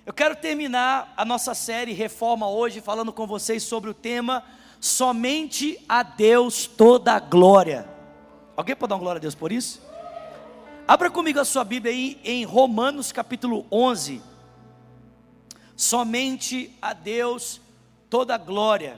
Eu quero terminar a nossa série Reforma hoje falando com vocês sobre o tema Somente a Deus toda a glória. Alguém pode dar uma glória a Deus por isso? Abra comigo a sua Bíblia aí em Romanos capítulo 11. Somente a Deus toda a glória.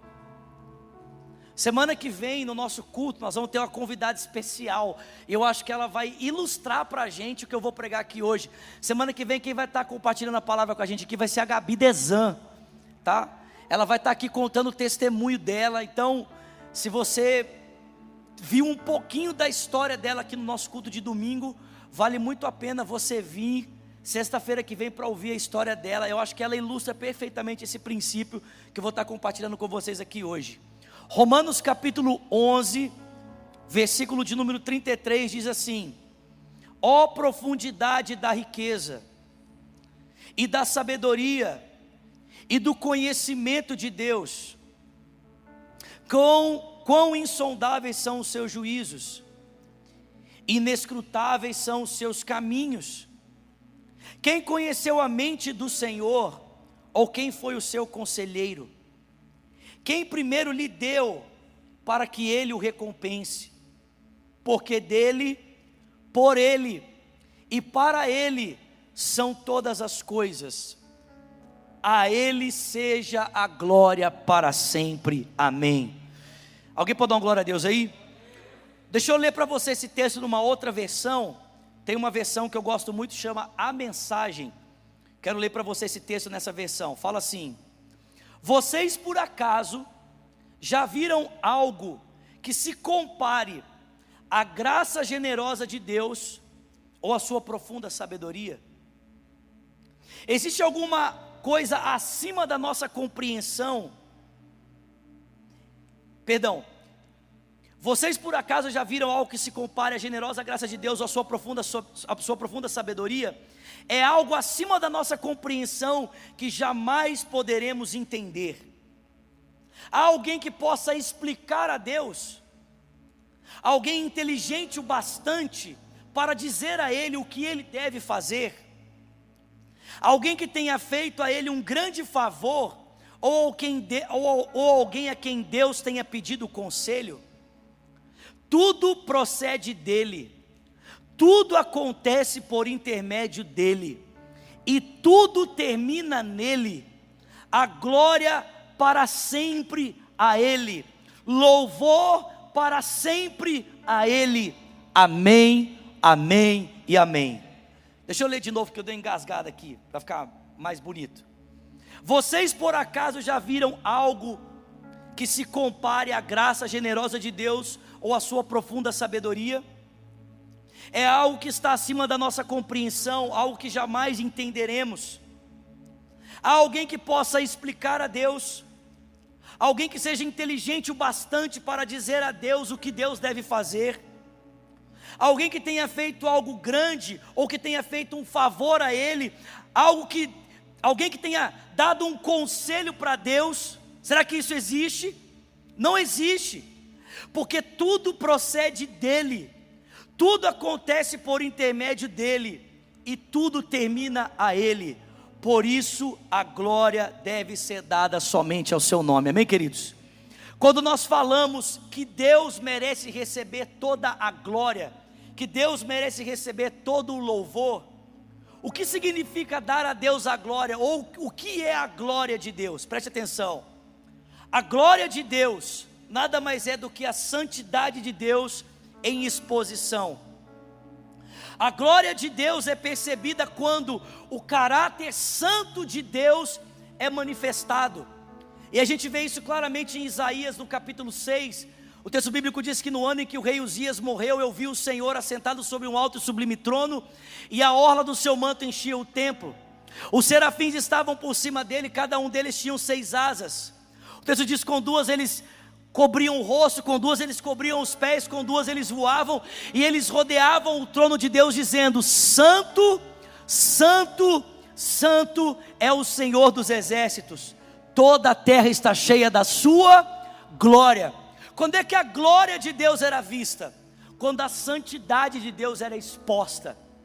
Semana que vem no nosso culto nós vamos ter uma convidada especial. Eu acho que ela vai ilustrar para a gente o que eu vou pregar aqui hoje. Semana que vem quem vai estar compartilhando a palavra com a gente aqui vai ser a Gabi Desan, tá? Ela vai estar aqui contando o testemunho dela. Então, se você viu um pouquinho da história dela aqui no nosso culto de domingo, vale muito a pena você vir sexta-feira que vem para ouvir a história dela. Eu acho que ela ilustra perfeitamente esse princípio que eu vou estar compartilhando com vocês aqui hoje. Romanos capítulo 11, versículo de número 33 diz assim: ó profundidade da riqueza e da sabedoria e do conhecimento de Deus, quão insondáveis são os seus juízos, inescrutáveis são os seus caminhos. Quem conheceu a mente do Senhor, ou quem foi o seu conselheiro? Quem primeiro lhe deu para que ele o recompense? Porque dele, por ele e para ele são todas as coisas. A ele seja a glória para sempre. Amém. Alguém pode dar uma glória a Deus aí? Deixa eu ler para você esse texto numa outra versão. Tem uma versão que eu gosto muito, chama A Mensagem. Quero ler para você esse texto nessa versão. Fala assim: vocês por acaso já viram algo que se compare à graça generosa de Deus ou à sua profunda sabedoria? Existe alguma coisa acima da nossa compreensão? Vocês por acaso já viram algo que se compare à generosa graça de Deus ou à sua profunda sabedoria? É algo acima da nossa compreensão que jamais poderemos entender. Há alguém que possa explicar a Deus? Alguém inteligente o bastante para dizer a Ele o que Ele deve fazer? Alguém que tenha feito a Ele um grande favor? Ou alguém a quem Deus tenha pedido conselho? Tudo procede dEle. Tudo acontece por intermédio dEle, e tudo termina nele. A glória para sempre a Ele, louvor para sempre a Ele. Amém, amém e amém. Deixa eu ler de novo que eu dei engasgada aqui, para ficar mais bonito. Vocês por acaso já viram algo que se compare à graça generosa de Deus ou à sua profunda sabedoria? É algo que está acima da nossa compreensão, algo que jamais entenderemos. Há alguém que possa explicar a Deus, alguém que seja inteligente o bastante para dizer a Deus o que Deus deve fazer, alguém que tenha feito algo grande, ou que tenha feito um favor a Ele, alguém que tenha dado um conselho para Deus. Será que isso existe? Não existe, porque tudo procede dEle. Tudo acontece por intermédio dEle, e tudo termina a Ele. Por isso a glória deve ser dada somente ao seu nome. Amém, queridos? Quando nós falamos que Deus merece receber toda a glória, que Deus merece receber todo o louvor, o que significa dar a Deus a glória? Ou o que é a glória de Deus? Preste atenção. A glória de Deus nada mais é do que a santidade de Deus em exposição. A glória de Deus é percebida quando o caráter santo de Deus é manifestado. E a gente vê isso claramente em Isaías no capítulo 6. O texto bíblico diz que no ano em que o rei Uzias morreu, eu vi o Senhor assentado sobre um alto e sublime trono, e a orla do seu manto enchia o templo. Os serafins estavam por cima dele, cada um deles tinha 6 asas. O texto diz que com 2 eles cobriam o rosto, com 2 eles cobriam os pés, com 2 eles voavam, e eles rodeavam o trono de Deus dizendo: Santo, Santo, Santo é o Senhor dos exércitos, toda a terra está cheia da sua glória. Quando é que a glória de Deus era vista? Quando a santidade de Deus era exposta.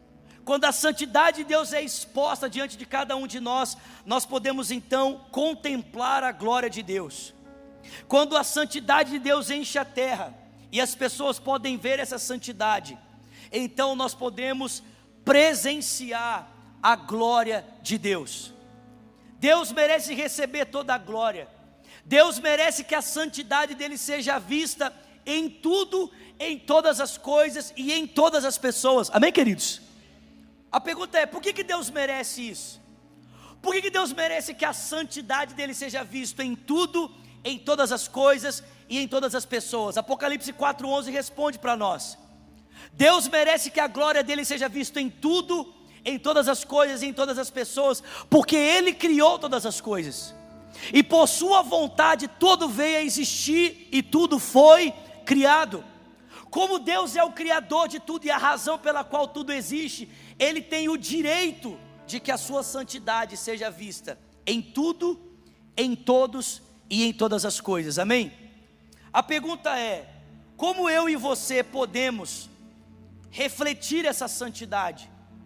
Quando a santidade de Deus é exposta diante de cada um de nós, nós podemos então contemplar a glória de Deus. Quando a santidade de Deus enche a terra, e as pessoas podem ver essa santidade, então nós podemos presenciar a glória de Deus. Deus merece receber toda a glória. Deus merece que a santidade dele seja vista em tudo, em todas as coisas e em todas as pessoas. Amém, queridos? A pergunta é, por que Deus merece isso? Por que Deus merece que a santidade dele seja vista em tudo, em todas as coisas e em todas as pessoas? Apocalipse 4:11 responde para nós. Deus merece que a glória dele seja vista em tudo, em todas as coisas e em todas as pessoas, porque ele criou todas as coisas, e por sua vontade tudo veio a existir e tudo foi criado. Como Deus é o criador de tudo e a razão pela qual tudo existe, ele tem o direito de que a sua santidade seja vista em tudo, em todos e em todas as coisas. Amém? A pergunta é, como eu e você podemos refletir essa santidade?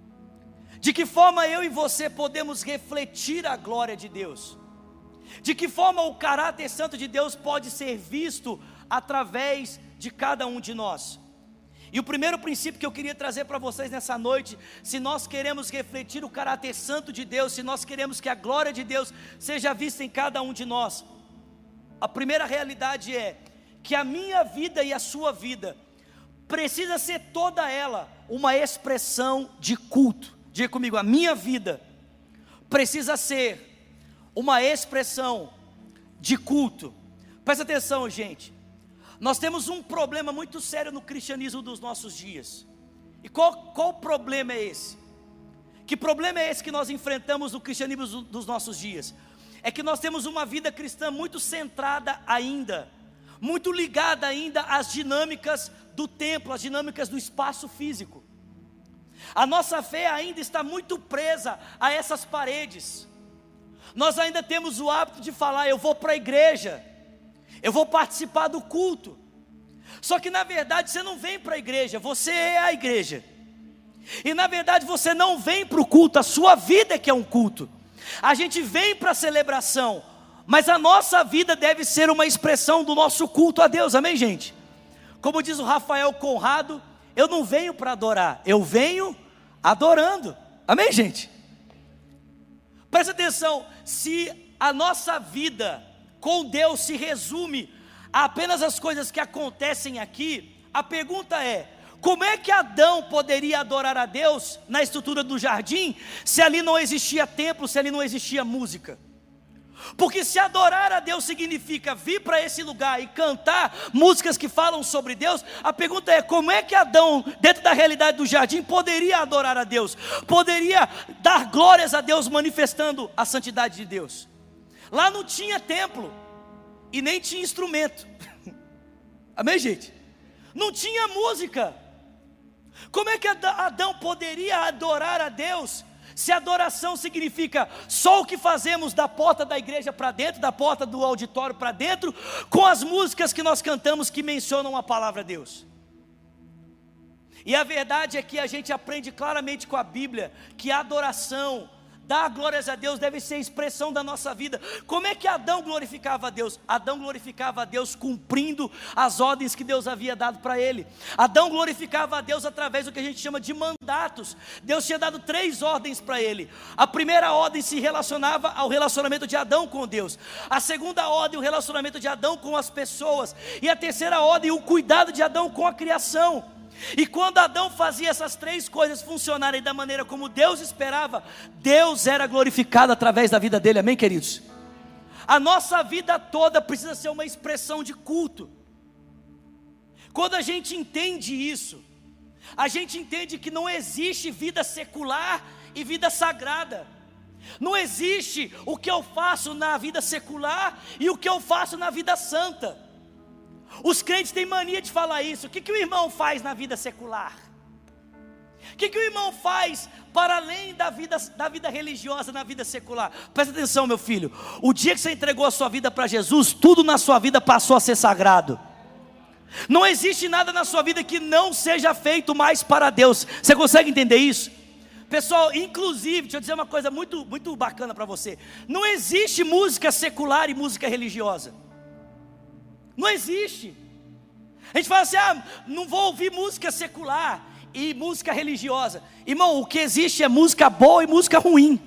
De que forma eu e você podemos refletir a glória de Deus? De que forma o caráter santo de Deus pode ser visto através de cada um de nós? E o primeiro princípio que eu queria trazer para vocês nessa noite, se nós queremos refletir o caráter santo de Deus, se nós queremos que a glória de Deus seja vista em cada um de nós, a primeira realidade é que a minha vida e a sua vida precisa ser toda ela uma expressão de culto. Diga comigo, a minha vida precisa ser uma expressão de culto. Presta atenção, gente. Nós temos um problema muito sério no cristianismo dos nossos dias. E qual problema é esse? Que problema é esse que nós enfrentamos no cristianismo dos nossos dias? É que nós temos uma vida cristã muito centrada ainda, muito ligada ainda às dinâmicas do templo, às dinâmicas do espaço físico. A nossa fé ainda está muito presa a essas paredes. Nós ainda temos o hábito de falar, eu vou para a igreja, eu vou participar do culto. Só que na verdade você não vem para a igreja, você é a igreja. E na verdade você não vem para o culto, a sua vida é que é um culto. A gente vem para a celebração, mas a nossa vida deve ser uma expressão do nosso culto a Deus, amém, gente? Como diz o Rafael Conrado, eu não venho para adorar, eu venho adorando, amém, gente? Presta atenção, se a nossa vida com Deus se resume a apenas as coisas que acontecem aqui, a pergunta é, como é que Adão poderia adorar a Deus na estrutura do jardim, se ali não existia templo, se ali não existia música? Porque se adorar a Deus significa vir para esse lugar e cantar músicas que falam sobre Deus, a pergunta é, como é que Adão, dentro da realidade do jardim, poderia adorar a Deus? Poderia dar glórias a Deus manifestando a santidade de Deus? Lá não tinha templo e nem tinha instrumento. Amém, gente? Não tinha música. Como é que Adão poderia adorar a Deus, se adoração significa só o que fazemos da porta da igreja para dentro, da porta do auditório para dentro, com as músicas que nós cantamos que mencionam a palavra de Deus? E a verdade é que a gente aprende claramente com a Bíblia que a adoração, dar glórias a Deus, deve ser a expressão da nossa vida. Como é que Adão glorificava a Deus? Adão glorificava a Deus cumprindo as ordens que Deus havia dado para ele. Adão glorificava a Deus através do que a gente chama de mandatos. Deus tinha dado 3 ordens para ele. A primeira ordem se relacionava ao relacionamento de Adão com Deus. A segunda ordem, o relacionamento de Adão com as pessoas. E a terceira ordem, o cuidado de Adão com a criação. E quando Adão fazia essas 3 coisas funcionarem da maneira como Deus esperava, Deus era glorificado através da vida dele, amém, queridos? A nossa vida toda precisa ser uma expressão de culto. Quando a gente entende isso, a gente entende que não existe vida secular e vida sagrada. Não existe o que eu faço na vida secular e o que eu faço na vida santa. Os crentes têm mania de falar isso. O que o irmão faz na vida secular? O que o irmão faz para além da vida religiosa, na vida secular? Presta atenção, meu filho. O dia que você entregou a sua vida para Jesus, tudo na sua vida passou a ser sagrado. Não existe nada na sua vida que não seja feito mais para Deus. Você consegue entender isso? Pessoal, inclusive, deixa eu dizer uma coisa muito, muito bacana para você. Não existe música secular e música religiosa. Não existe. A gente fala assim, não vou ouvir música secular e música religiosa. Irmão, o que existe é música boa e música ruim.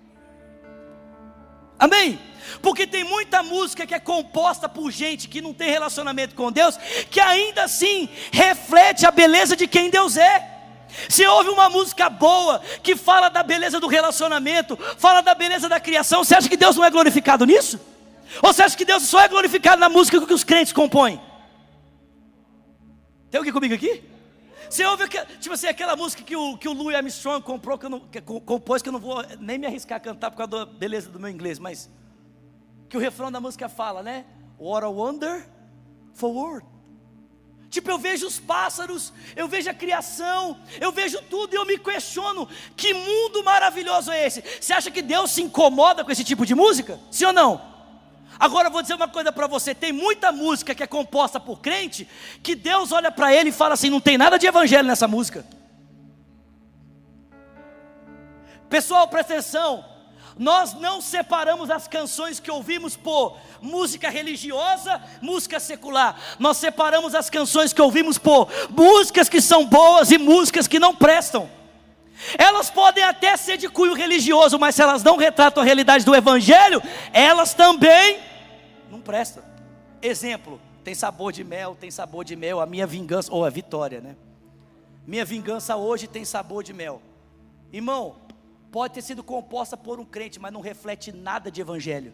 Amém? Porque tem muita música que é composta por gente que não tem relacionamento com Deus, que ainda assim reflete a beleza de quem Deus é. Se ouve uma música boa, que fala da beleza do relacionamento, fala da beleza da criação, você acha que Deus não é glorificado nisso? Ou você acha que Deus só é glorificado na música que os crentes compõem? Tem alguém comigo aqui? Você ouve, tipo assim, aquela música que o Louis Armstrong compôs, que eu não vou nem me arriscar a cantar por causa da beleza do meu inglês, mas que o refrão da música fala, né? What a wonderful world. Tipo, eu vejo os pássaros, eu vejo a criação, eu vejo tudo e eu me questiono, que mundo maravilhoso é esse? Você acha que Deus se incomoda com esse tipo de música? Sim ou não? Agora eu vou dizer uma coisa para você, tem muita música que é composta por crente, que Deus olha para ele e fala assim, não tem nada de evangelho nessa música. Pessoal, presta atenção, nós não separamos as canções que ouvimos por música religiosa, música secular. Nós separamos as canções que ouvimos por músicas que são boas e músicas que não prestam. Elas podem até ser de cunho religioso, mas se elas não retratam a realidade do evangelho, elas também não prestam. Exemplo, tem sabor de mel, a minha vingança, ou a vitória, né? Minha vingança hoje tem sabor de mel. Irmão, pode ter sido composta por um crente, mas não reflete nada de evangelho.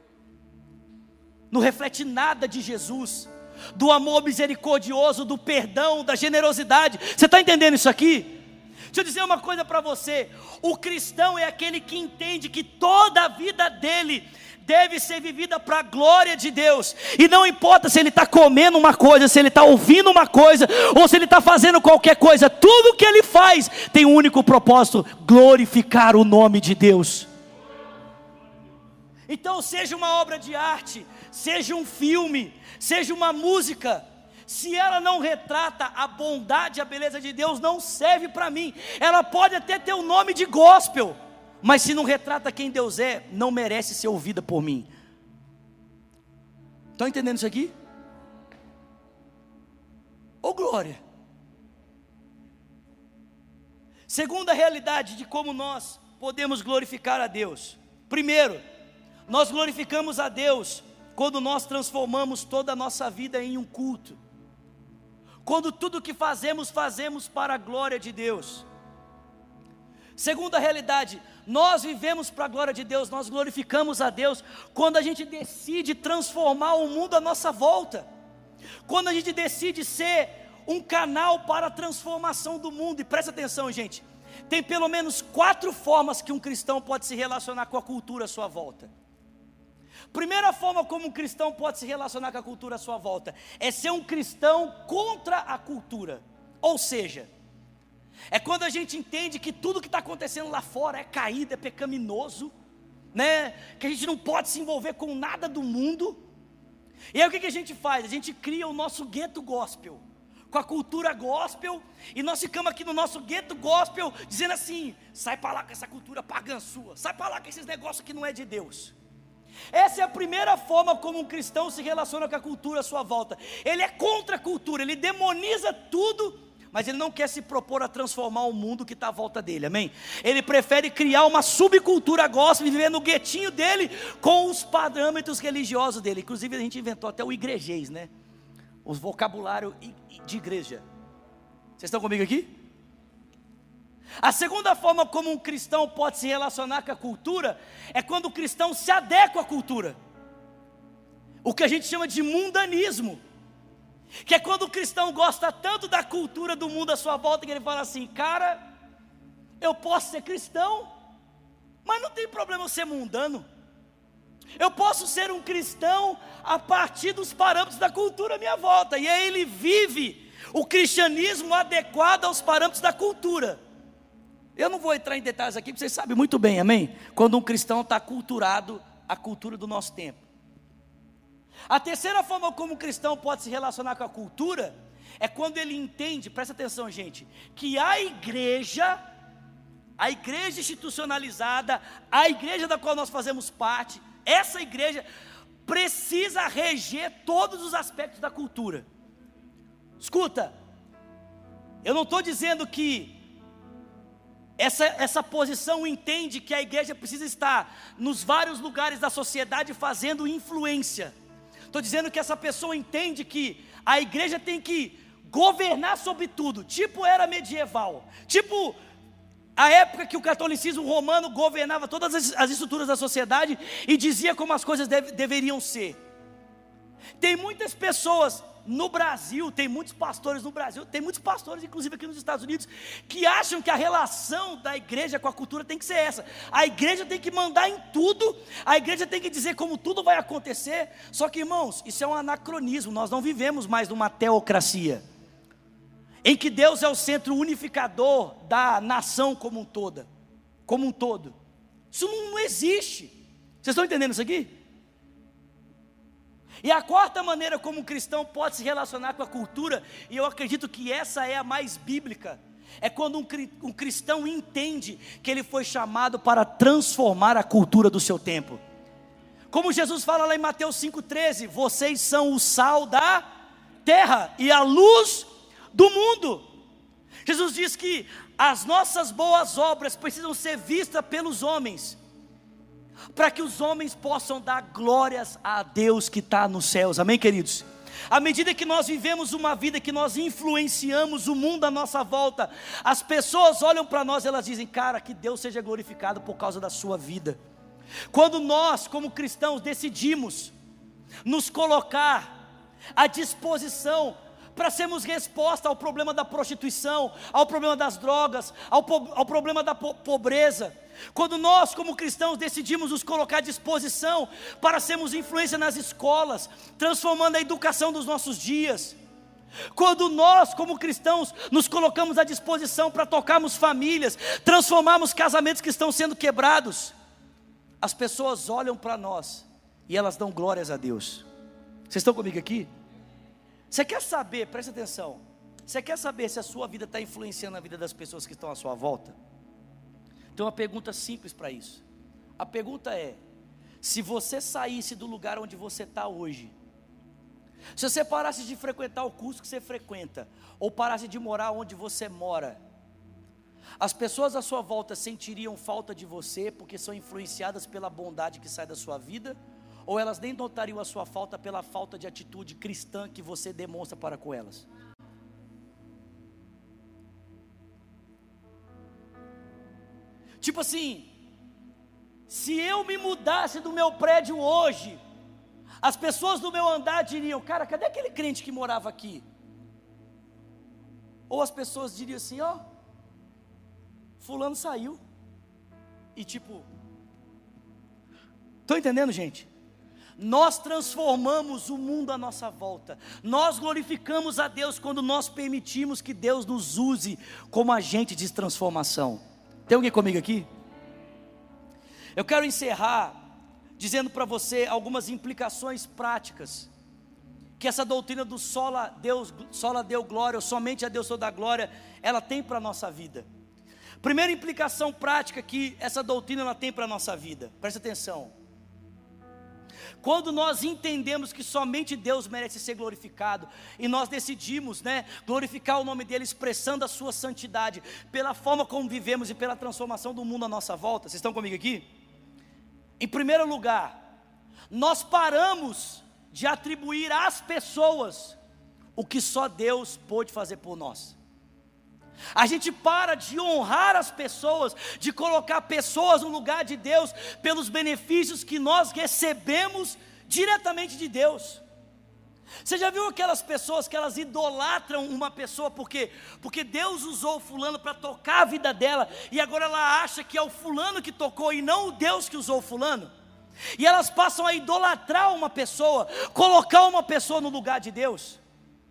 Não reflete nada de Jesus, do amor misericordioso, do perdão, da generosidade. Você está entendendo isso aqui? Deixa eu dizer uma coisa para você. O cristão é aquele que entende que toda a vida dele deve ser vivida para a glória de Deus. E não importa se ele está comendo uma coisa, se ele está ouvindo uma coisa, ou se ele está fazendo qualquer coisa. Tudo que ele faz tem um único propósito: glorificar o nome de Deus. Então seja uma obra de arte, seja um filme, seja uma música, se ela não retrata a bondade e a beleza de Deus, não serve para mim. Ela pode até ter o nome de gospel, mas se não retrata quem Deus é, não merece ser ouvida por mim. Estão entendendo isso aqui? Ô glória! Segunda realidade de como nós podemos glorificar a Deus. Primeiro, nós glorificamos a Deus quando nós transformamos toda a nossa vida em um culto. Quando tudo que fazemos para a glória de Deus. Segunda realidade, nós vivemos para a glória de Deus, nós glorificamos a Deus quando a gente decide transformar o mundo à nossa volta. Quando a gente decide ser um canal para a transformação do mundo. E presta atenção, gente, tem pelo menos 4 formas que um cristão pode se relacionar com a cultura à sua volta. Primeira forma como um cristão pode se relacionar com a cultura à sua volta é ser um cristão contra a cultura. Ou seja, é quando a gente entende que tudo que está acontecendo lá fora é caído, é pecaminoso, né? Que a gente não pode se envolver com nada do mundo. E aí o que a gente faz? A gente cria o nosso gueto gospel, com a cultura gospel, e nós ficamos aqui no nosso gueto gospel, dizendo assim: sai para lá com essa cultura pagã sua, sai para lá com esses negócios que não é de Deus. Essa é a primeira forma como um cristão se relaciona com a cultura à sua volta. Ele é contra a cultura, ele demoniza tudo, mas ele não quer se propor a transformar o mundo que está à volta dele, amém? Ele prefere criar uma subcultura gospel e viver no guetinho dele, com os parâmetros religiosos dele. Inclusive a gente inventou até o igrejês, né? Os vocabulário de igreja. Vocês estão comigo aqui? A segunda forma como um cristão pode se relacionar com a cultura é quando o cristão se adequa à cultura. O que a gente chama de mundanismo. Que é quando o cristão gosta tanto da cultura do mundo à sua volta, que ele fala assim: cara, eu posso ser cristão, mas não tem problema eu ser mundano. Eu posso ser um cristão a partir dos parâmetros da cultura à minha volta. E aí ele vive o cristianismo adequado aos parâmetros da cultura. Eu não vou entrar em detalhes aqui, porque vocês sabem muito bem, amém? Quando um cristão está aculturado à cultura do nosso tempo. A terceira forma como um cristão pode se relacionar com a cultura é quando ele entende, presta atenção, gente, que a igreja a igreja institucionalizada, a igreja da qual nós fazemos parte, essa igreja precisa reger todos os aspectos da cultura. Escuta, eu não estou dizendo que essa posição entende que a igreja precisa estar nos vários lugares da sociedade fazendo influência. Estou dizendo que essa pessoa entende que a igreja tem que governar sobre tudo, tipo era medieval, tipo a época que o catolicismo romano governava todas as estruturas da sociedade e dizia como as coisas deveriam ser. Tem muitas pessoas no Brasil, tem muitos pastores no Brasil, tem muitos pastores inclusive aqui nos Estados Unidos, que acham que a relação da igreja com a cultura tem que ser essa. A igreja tem que mandar em tudo, a igreja tem que dizer como tudo vai acontecer. Só que, irmãos, isso é um anacronismo. Nós não vivemos mais numa teocracia, em que Deus é o centro unificador da nação como um todo. Isso não existe. Vocês estão entendendo isso aqui? E a quarta maneira como um cristão pode se relacionar com a cultura, e eu acredito que essa é a mais bíblica, é quando um cristão entende que ele foi chamado para transformar a cultura do seu tempo. Como Jesus fala lá em Mateus 5,13, vocês são o sal da terra e a luz do mundo. Jesus diz que as nossas boas obras precisam ser vistas pelos homens, para que os homens possam dar glórias a Deus que está nos céus. Amém, queridos? À medida que nós vivemos uma vida que nós influenciamos o mundo à nossa volta, as pessoas olham para nós e elas dizem: cara, que Deus seja glorificado por causa da sua vida. Quando nós como cristãos decidimos nos colocar à disposição para sermos resposta ao problema da prostituição, ao problema das drogas, ao problema da pobreza, quando nós como cristãos decidimos nos colocar à disposição para sermos influência nas escolas, transformando a educação dos nossos dias, quando nós como cristãos nos colocamos à disposição para tocarmos famílias, transformarmos casamentos que estão sendo quebrados, as pessoas olham para nós e elas dão glórias a Deus. Vocês estão comigo aqui? Você quer saber, presta atenção, você quer saber se a sua vida está influenciando a vida das pessoas que estão à sua volta? Tem uma pergunta simples para isso. A pergunta é: se você saísse do lugar onde você está hoje, se você parasse de frequentar o curso que você frequenta, ou parasse de morar onde você mora, as pessoas à sua volta sentiriam falta de você porque são influenciadas pela bondade que sai da sua vida? Ou elas nem notariam a sua falta pela falta de atitude cristã que você demonstra para com elas? Tipo assim, se eu me mudasse do meu prédio hoje, as pessoas do meu andar diriam: cara, cadê aquele crente que morava aqui? Ou as pessoas diriam assim: ó, fulano saiu. E tipo, estão entendendo, gente? Nós transformamos o mundo à nossa volta. Nós glorificamos a Deus quando nós permitimos que Deus nos use como agente de transformação. Tem alguém comigo aqui? Eu quero encerrar dizendo para você algumas implicações práticas que essa doutrina do sola Deo glória, ou somente a Deus toda a glória, ela tem para a nossa vida. Primeira implicação prática que essa doutrina ela tem para a nossa vida, presta atenção. Quando nós entendemos que somente Deus merece ser glorificado, e nós decidimos, glorificar o nome dEle, expressando a sua santidade, pela forma como vivemos e pela transformação do mundo à nossa volta. Vocês estão comigo aqui? Em primeiro lugar, nós paramos de atribuir às pessoas o que só Deus pôde fazer por nós. A gente para de honrar as pessoas, de colocar pessoas no lugar de Deus, pelos benefícios que nós recebemos diretamente de Deus. Você já viu aquelas pessoas que elas idolatram uma pessoa porque Deus usou o fulano para tocar a vida dela, e agora ela acha que é o fulano que tocou e não o Deus que usou o fulano? E elas passam a idolatrar uma pessoa, colocar uma pessoa no lugar de Deus.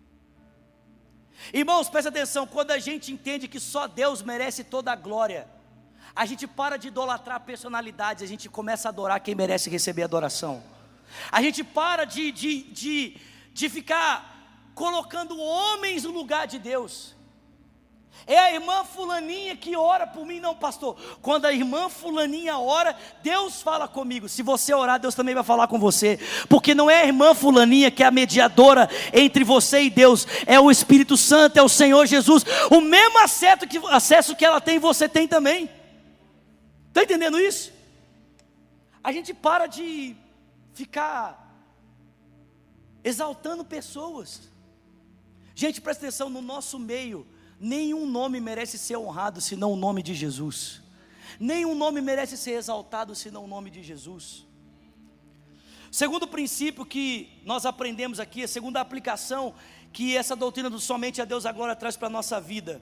Irmãos, presta atenção, quando a gente entende que só Deus merece toda a glória, a gente para de idolatrar personalidades, a gente começa a adorar quem merece receber adoração. A gente para de ficar colocando homens no lugar de Deus. É a irmã fulaninha que ora por mim. Não, pastor, quando a irmã fulaninha ora, Deus fala comigo. Se você orar, Deus também vai falar com você, porque não é a irmã fulaninha que é a mediadora entre você e Deus, é o Espírito Santo, é o Senhor Jesus. O mesmo acesso que ela tem, você tem também. Está entendendo isso? A gente para de ficar exaltando pessoas. Gente, presta atenção, no nosso meio nenhum nome merece ser honrado senão o nome de Jesus. Nenhum nome merece ser exaltado senão o nome de Jesus. Segundo princípio que nós aprendemos aqui, a segunda aplicação que essa doutrina do somente a Deus a glória traz para a nossa vida,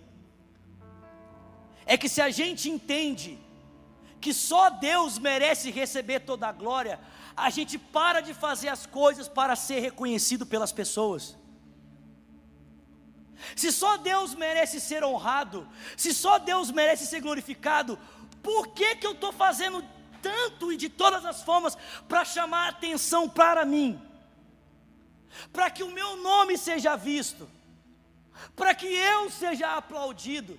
é que se a gente entende que só Deus merece receber toda a glória, a gente para de fazer as coisas para ser reconhecido pelas pessoas. Se só Deus merece ser honrado, se só Deus merece ser glorificado, por que eu estou fazendo tanto e de todas as formas para chamar a atenção para mim? Para que o meu nome seja visto, para que eu seja aplaudido.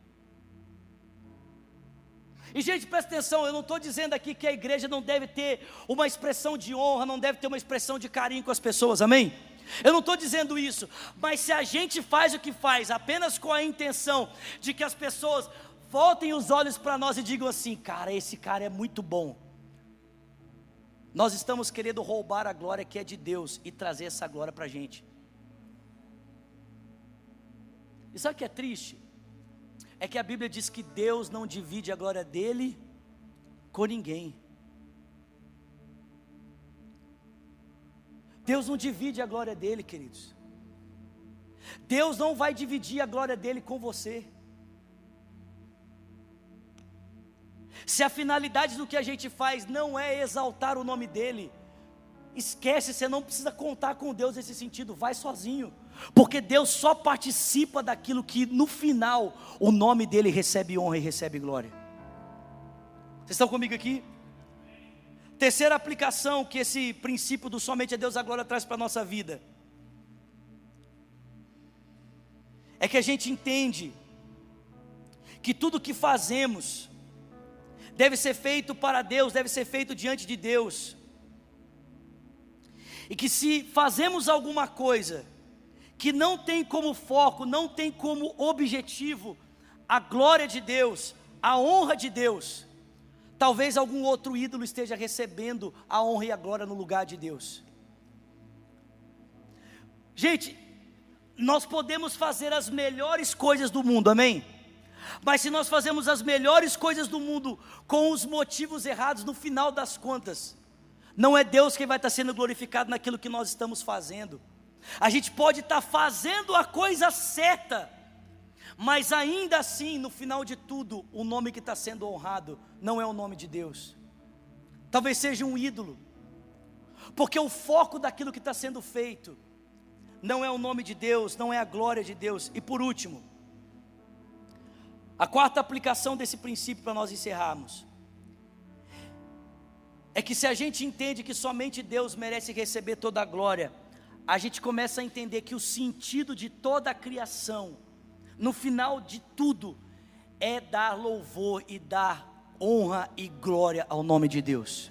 E gente, presta atenção, eu não estou dizendo aqui que a igreja não deve ter uma expressão de honra, não deve ter uma expressão de carinho com as pessoas, amém? Eu não estou dizendo isso, mas se a gente faz o que faz apenas com a intenção de que as pessoas voltem os olhos para nós e digam assim: cara, esse cara é muito bom, nós estamos querendo roubar a glória que é de Deus e trazer essa glória para a gente. E sabe o que é triste? É que a Bíblia diz que Deus não divide a glória dele com ninguém. Deus não divide a glória dele, queridos. Deus não vai dividir a glória dele com você. Se a finalidade do que a gente faz não é exaltar o nome dele, esquece, você não precisa contar com Deus nesse sentido, vai sozinho, porque Deus só participa daquilo que no final o nome dele recebe honra e recebe glória. Vocês estão comigo aqui? Terceira aplicação que esse princípio do somente a Deus a glória traz para a nossa vida, é que a gente entende que tudo que fazemos deve ser feito para Deus, deve ser feito diante de Deus, e que se fazemos alguma coisa que não tem como foco, não tem como objetivo a glória de Deus, a honra de Deus, talvez algum outro ídolo esteja recebendo a honra e a glória no lugar de Deus. Gente, nós podemos fazer as melhores coisas do mundo, amém? Mas se nós fazemos as melhores coisas do mundo com os motivos errados, no final das contas, não é Deus quem vai estar sendo glorificado naquilo que nós estamos fazendo. A gente pode estar fazendo a coisa certa, mas ainda assim, no final de tudo, o nome que está sendo honrado não é o nome de Deus. Talvez seja um ídolo, porque o foco daquilo que está sendo feito não é o nome de Deus, não é a glória de Deus. E por último, a quarta aplicação desse princípio para nós encerrarmos, é que se a gente entende que somente Deus merece receber toda a glória, a gente começa a entender que o sentido de toda a criação, no final de tudo, é dar louvor e dar honra e glória ao nome de Deus.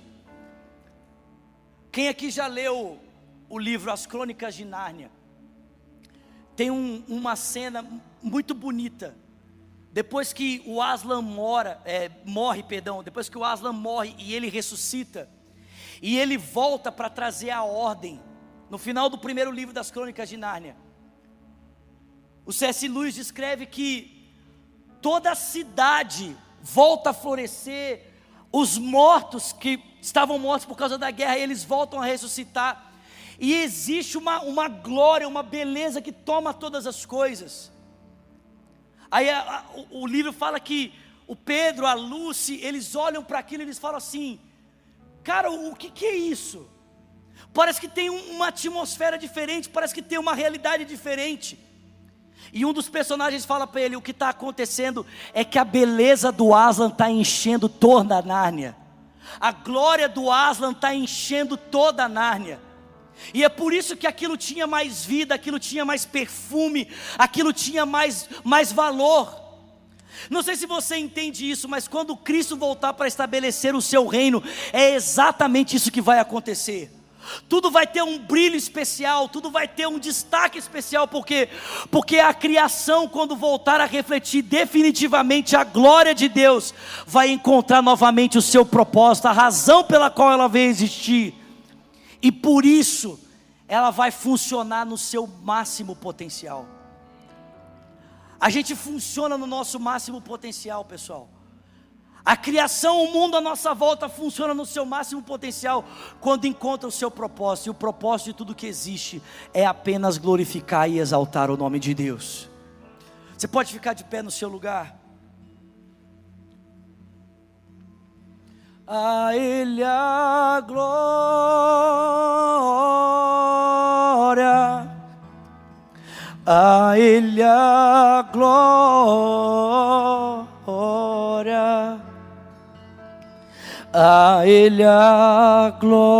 Quem aqui já leu o livro As Crônicas de Nárnia? Tem uma cena muito bonita. Depois que o Aslan morre, depois que o Aslan morre e ele ressuscita, e ele volta para trazer a ordem, no final do primeiro livro das Crônicas de Nárnia, o C.S. Lewis descreve que toda a cidade volta a florescer, os mortos que estavam mortos por causa da guerra, eles voltam a ressuscitar, e existe uma glória, uma beleza que toma todas as coisas. Aí o livro fala que o Pedro, a Lucy, eles olham para aquilo e eles falam assim: cara, o que é isso? Parece que tem uma atmosfera diferente, parece que tem uma realidade diferente. E um dos personagens fala para ele: o que está acontecendo é que a beleza do Aslan está enchendo toda a Nárnia. A glória do Aslan está enchendo toda a Nárnia. E é por isso que aquilo tinha mais vida, aquilo tinha mais perfume, aquilo tinha mais valor. Não sei se você entende isso, mas quando Cristo voltar para estabelecer o seu reino, é exatamente isso que vai acontecer. Tudo vai ter um brilho especial, tudo vai ter um destaque especial, porque a criação, quando voltar a refletir definitivamente a glória de Deus, vai encontrar novamente o seu propósito, a razão pela qual ela veio existir. E por isso, ela vai funcionar no seu máximo potencial. A gente funciona no nosso máximo potencial, pessoal. A criação, o mundo à nossa volta funciona no seu máximo potencial quando encontra o seu propósito. E o propósito de tudo que existe é apenas glorificar e exaltar o nome de Deus. Você pode ficar de pé no seu lugar? A Ele a glória, a Ele a glória, a Ele a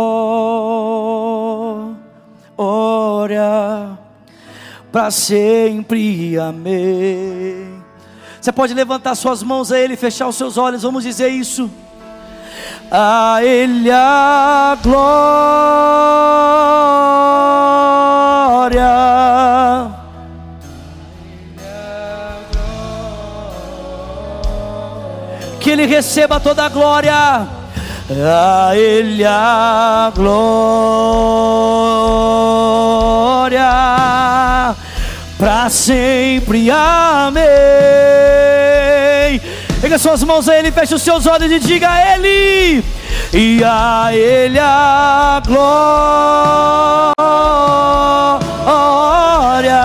glória, para sempre, amém. Você pode levantar suas mãos a Ele e fechar os seus olhos, vamos dizer isso. A Ele a glória, que Ele receba toda a glória. A Ele a glória, para sempre, amém. Pega suas mãos a Ele, feche os seus olhos e diga a Ele. E a Ele a glória,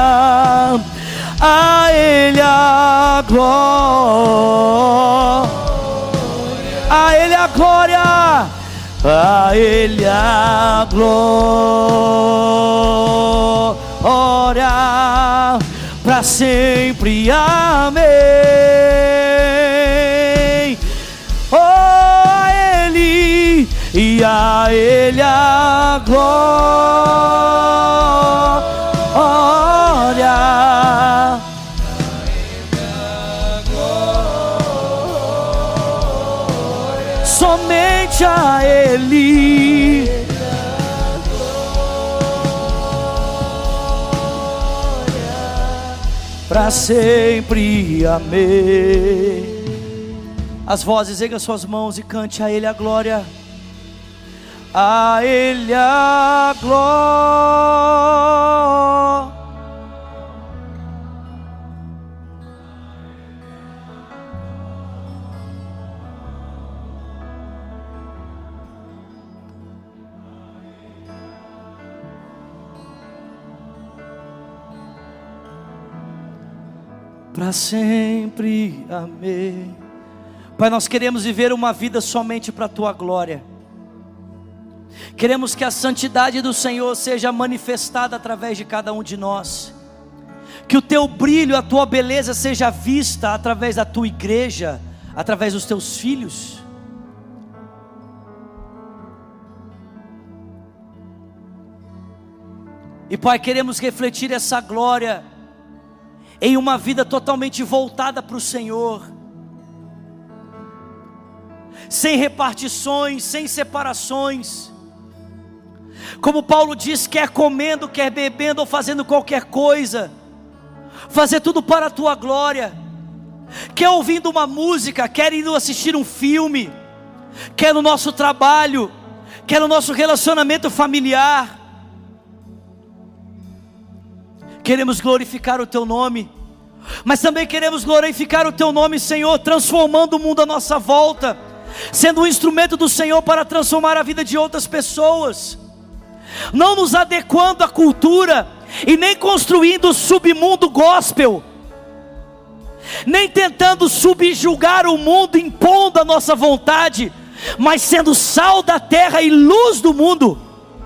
a Ele a glória, a Ele a glória, a Ele a glória, para sempre, amém. Oh, a Ele, e a Ele a glória, somente a Ele, para sempre, amém. As vozes, erga suas mãos e cante a Ele a glória. A Ele a glória, para sempre, amém. Pai, nós queremos viver uma vida somente para a Tua glória. Queremos que a santidade do Senhor seja manifestada através de cada um de nós. Que o Teu brilho, a Tua beleza seja vista através da Tua igreja, através dos Teus filhos. E Pai, queremos refletir essa glória em uma vida totalmente voltada para o Senhor, sem repartições, sem separações. Como Paulo diz, quer comendo, quer bebendo ou fazendo qualquer coisa, fazer tudo para a Tua glória. Quer ouvindo uma música, quer indo assistir um filme, quer no nosso trabalho, quer no nosso relacionamento familiar. Queremos glorificar o Teu nome, mas também queremos glorificar o Teu nome, Senhor, transformando o mundo à nossa volta, sendo um instrumento do Senhor para transformar a vida de outras pessoas, não nos adequando à cultura, e nem construindo o submundo gospel, nem tentando subjugar o mundo, impondo a nossa vontade, mas sendo sal da terra e luz do mundo,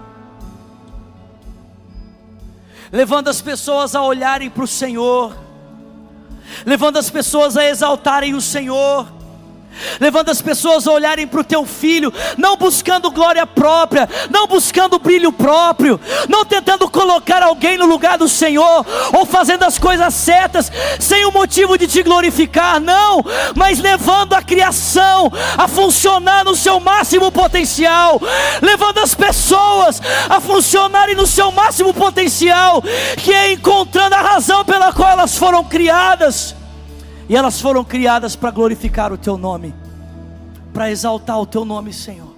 levando as pessoas a olharem para o Senhor, levando as pessoas a exaltarem o Senhor, Levanta as pessoas a olharem para o teu filho, não buscando glória própria, não buscando brilho próprio, não tentando colocar alguém no lugar do Senhor, ou fazendo as coisas certas, sem o motivo de te glorificar, não, mas levando a criação a funcionar no seu máximo potencial, levando as pessoas a funcionarem no seu máximo potencial, que é encontrando a razão pela qual elas foram criadas. E elas foram criadas para glorificar o teu nome, para exaltar o teu nome, Senhor.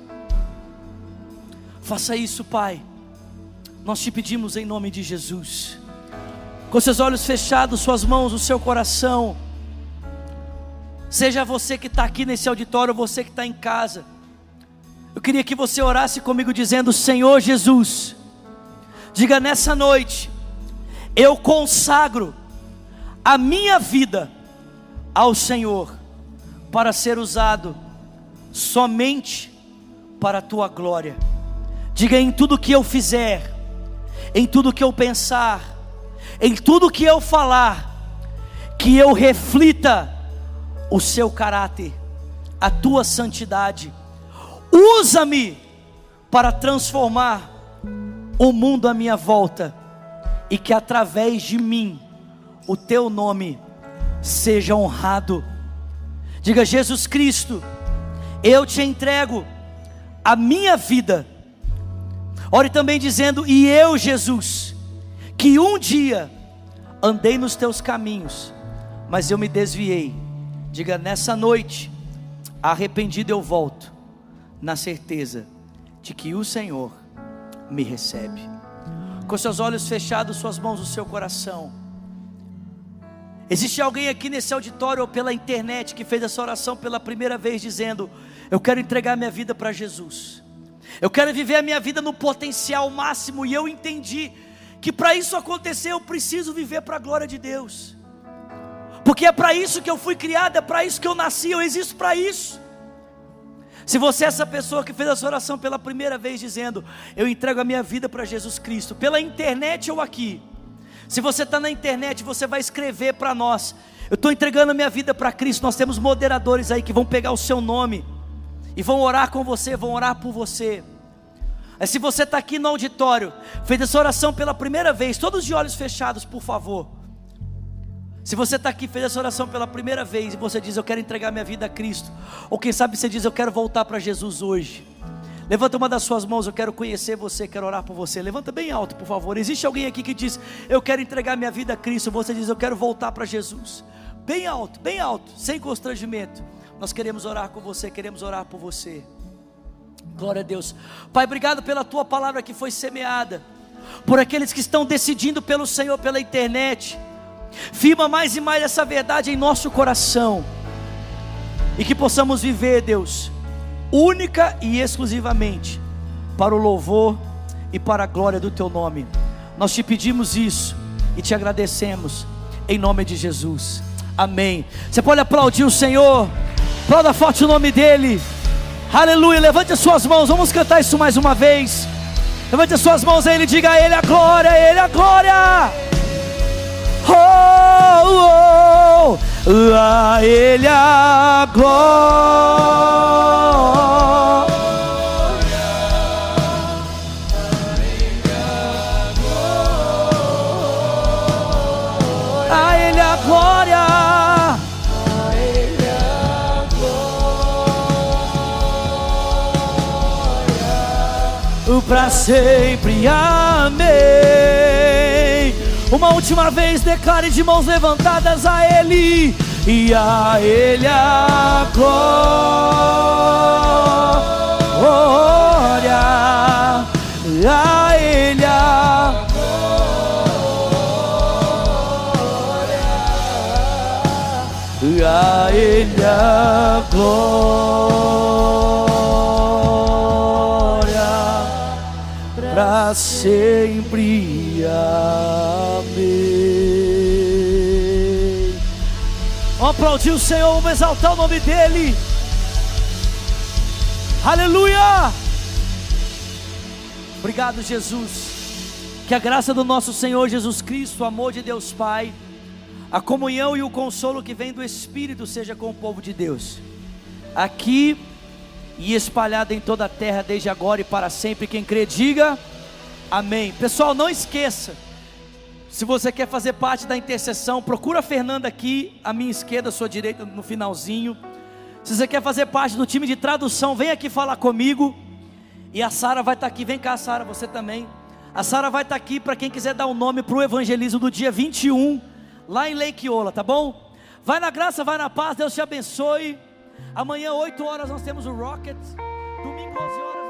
Faça isso, Pai. Nós te pedimos em nome de Jesus. Com seus olhos fechados, suas mãos, o seu coração. Seja você que está aqui nesse auditório, ou você que está em casa, eu queria que você orasse comigo dizendo: Senhor Jesus, diga nessa noite, eu consagro a minha vida ao Senhor, para ser usado somente para a tua glória. Diga: em tudo que eu fizer, em tudo que eu pensar, em tudo que eu falar, que eu reflita o seu caráter, a tua santidade. Usa-me para transformar o mundo à minha volta, e que através de mim o teu nome seja honrado. Diga: Jesus Cristo, eu te entrego a minha vida. Ore também dizendo: e eu, Jesus, que um dia andei nos teus caminhos, mas eu me desviei. Diga: nessa noite, arrependido eu volto, na certeza de que o Senhor me recebe. Com seus olhos fechados, suas mãos no seu coração. Existe alguém aqui nesse auditório ou pela internet que fez essa oração pela primeira vez, dizendo: eu quero entregar minha vida para Jesus, eu quero viver a minha vida no potencial máximo, e eu entendi que para isso acontecer eu preciso viver para a glória de Deus, porque é para isso que eu fui criado, é para isso que eu nasci, eu existo para isso. Se você é essa pessoa que fez essa oração pela primeira vez, dizendo: eu entrego a minha vida para Jesus Cristo, pela internet ou aqui, se você está na internet, você vai escrever para nós: eu estou entregando a minha vida para Cristo. Nós temos moderadores aí que vão pegar o seu nome e vão orar com você, vão orar por você. Mas se você está aqui no auditório, fez essa oração pela primeira vez, todos de olhos fechados, por favor. Se você está aqui, fez essa oração pela primeira vez, e você diz: eu quero entregar minha vida a Cristo, ou quem sabe você diz: eu quero voltar para Jesus hoje, levanta uma das suas mãos, eu quero conhecer você, quero orar por você. Levanta bem alto, por favor. Existe alguém aqui que diz: eu quero entregar minha vida a Cristo. Você diz: eu quero voltar para Jesus. Bem alto, sem constrangimento. Nós queremos orar com você, queremos orar por você. Glória a Deus. Pai, obrigado pela tua palavra que foi semeada por aqueles que estão decidindo pelo Senhor pela internet. Firma mais e mais essa verdade em nosso coração, e que possamos viver, Deus, única e exclusivamente para o louvor e para a glória do teu nome. Nós te pedimos isso e te agradecemos em nome de Jesus, amém. Você pode aplaudir o Senhor, aplauda forte o nome dele, aleluia. Levante as suas mãos, vamos cantar isso mais uma vez. Levante as suas mãos a ele, diga a ele a glória, a ele a glória. Oh, oh, a ele a glória. A ele a glória. A ele a glória. Para sempre, amém. Uma última vez, declare de mãos levantadas a ele, e a ele a glória, a ele a glória, a ele a glória, para sempre, amém. Vamos aplaudir o Senhor, vamos exaltar o nome dele, aleluia. Obrigado, Jesus. Que a graça do nosso Senhor Jesus Cristo, o amor de Deus Pai, a comunhão e o consolo que vem do Espírito seja com o povo de Deus. aqui e espalhada em toda a terra, desde agora e para sempre. Quem crê, diga amém. Pessoal, não esqueça, se você quer fazer parte da intercessão, procura a Fernanda aqui, à minha esquerda, à sua direita, no finalzinho. Se você quer fazer parte do time de tradução, vem aqui falar comigo. E a Sara vai estar aqui. Vem cá, Sara, você também. A Sara vai estar aqui para quem quiser dar um nome para o evangelismo do dia 21, lá em Lake Eola, tá bom? Vai na graça, vai na paz, Deus te abençoe. Amanhã 8 horas nós temos o Rocket. Domingo 11 horas